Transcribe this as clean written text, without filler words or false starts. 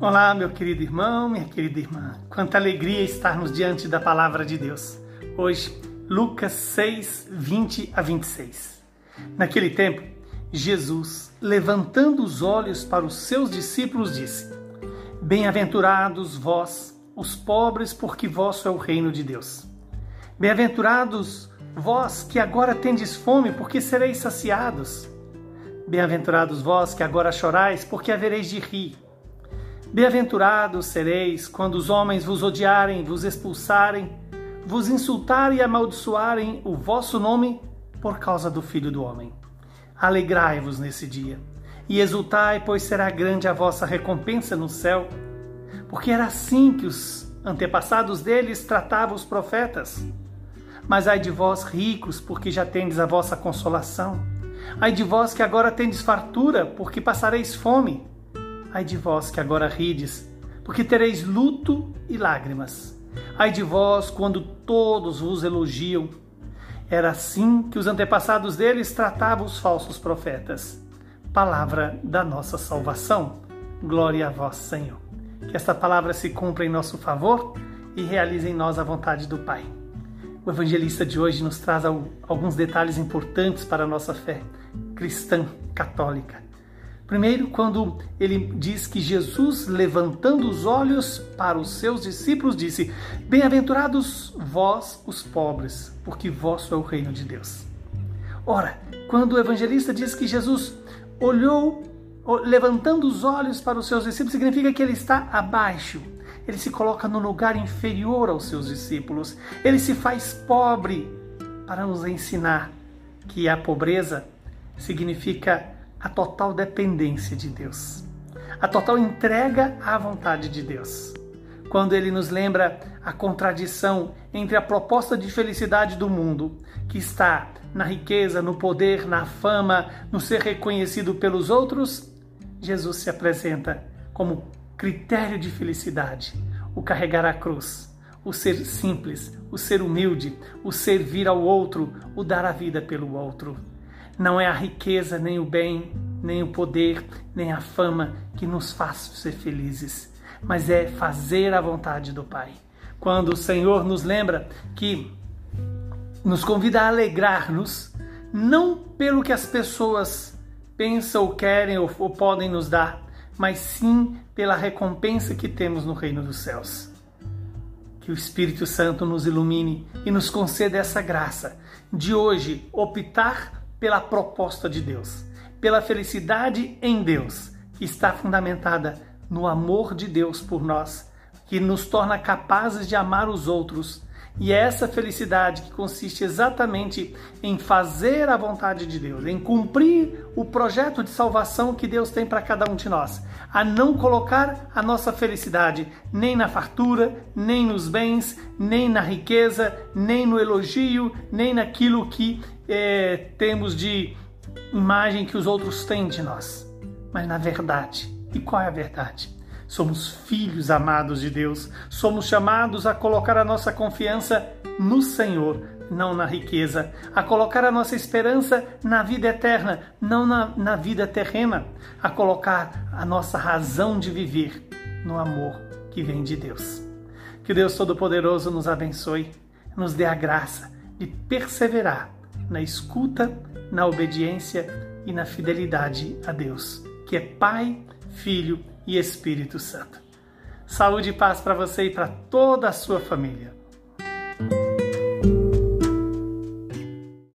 Olá, meu querido irmão, minha querida irmã. Quanta alegria estarmos diante da palavra de Deus. Hoje, Lucas 6, 20 a 26. Naquele tempo, Jesus, levantando os olhos para os seus discípulos, disse: Bem-aventurados vós, os pobres, porque vosso é o reino de Deus. Bem-aventurados vós que agora tendes fome, porque sereis saciados. Bem-aventurados vós que agora chorais, porque havereis de rir. Bem-aventurados sereis quando os homens vos odiarem, vos expulsarem, vos insultarem e amaldiçoarem o vosso nome por causa do Filho do Homem. Alegrai-vos nesse dia e exultai, pois será grande a vossa recompensa no céu, porque era assim que os antepassados deles tratavam os profetas. Mas ai de vós ricos, porque já tendes a vossa consolação. Ai de vós que agora tendes fartura, porque passareis fome. Ai de vós que agora rides, porque tereis luto e lágrimas. Ai de vós quando todos vos elogiam. Era assim que os antepassados deles tratavam os falsos profetas. Palavra da nossa salvação. Glória a vós, Senhor. Que esta palavra se cumpra em nosso favor e realize em nós a vontade do Pai. O evangelista de hoje nos traz alguns detalhes importantes para a nossa fé cristã católica. Primeiro, quando ele diz que Jesus, levantando os olhos para os seus discípulos, disse: Bem-aventurados vós, os pobres, porque vosso é o reino de Deus. Ora, quando o evangelista diz que Jesus olhou, levantando os olhos para os seus discípulos, significa que ele está abaixo. Ele se coloca no lugar inferior aos seus discípulos. Ele se faz pobre para nos ensinar que a pobreza significa a total dependência de Deus, a total entrega à vontade de Deus. Quando ele nos lembra a contradição entre a proposta de felicidade do mundo, que está na riqueza, no poder, na fama, no ser reconhecido pelos outros, Jesus se apresenta como critério de felicidade, o carregar a cruz, o ser simples, o ser humilde, o servir ao outro, o dar a vida pelo outro. Não é a riqueza, nem o bem, nem o poder, nem a fama que nos faz ser felizes, mas é fazer a vontade do Pai. Quando o Senhor nos lembra que nos convida a alegrar-nos, não pelo que as pessoas pensam ou querem ou podem nos dar, mas sim pela recompensa que temos no reino dos céus. Que o Espírito Santo nos ilumine e nos conceda essa graça de hoje optar pela proposta de Deus, pela felicidade em Deus, que está fundamentada no amor de Deus por nós, que nos torna capazes de amar os outros. E é essa felicidade que consiste exatamente em fazer a vontade de Deus, em cumprir o projeto de salvação que Deus tem para cada um de nós, a não colocar a nossa felicidade nem na fartura, nem nos bens, nem na riqueza, nem no elogio, nem naquilo que temos de imagem que os outros têm de nós, mas na verdade. E qual é a verdade? Somos filhos amados de Deus, somos chamados a colocar a nossa confiança no Senhor, não na riqueza, a colocar a nossa esperança na vida eterna, não na vida terrena, a colocar a nossa razão de viver no amor que vem de Deus. Que Deus Todo-Poderoso nos abençoe, nos dê a graça de perseverar na escuta, na obediência e na fidelidade a Deus, que é Pai, Filho e Espírito Santo. Saúde e paz para você e para toda a sua família.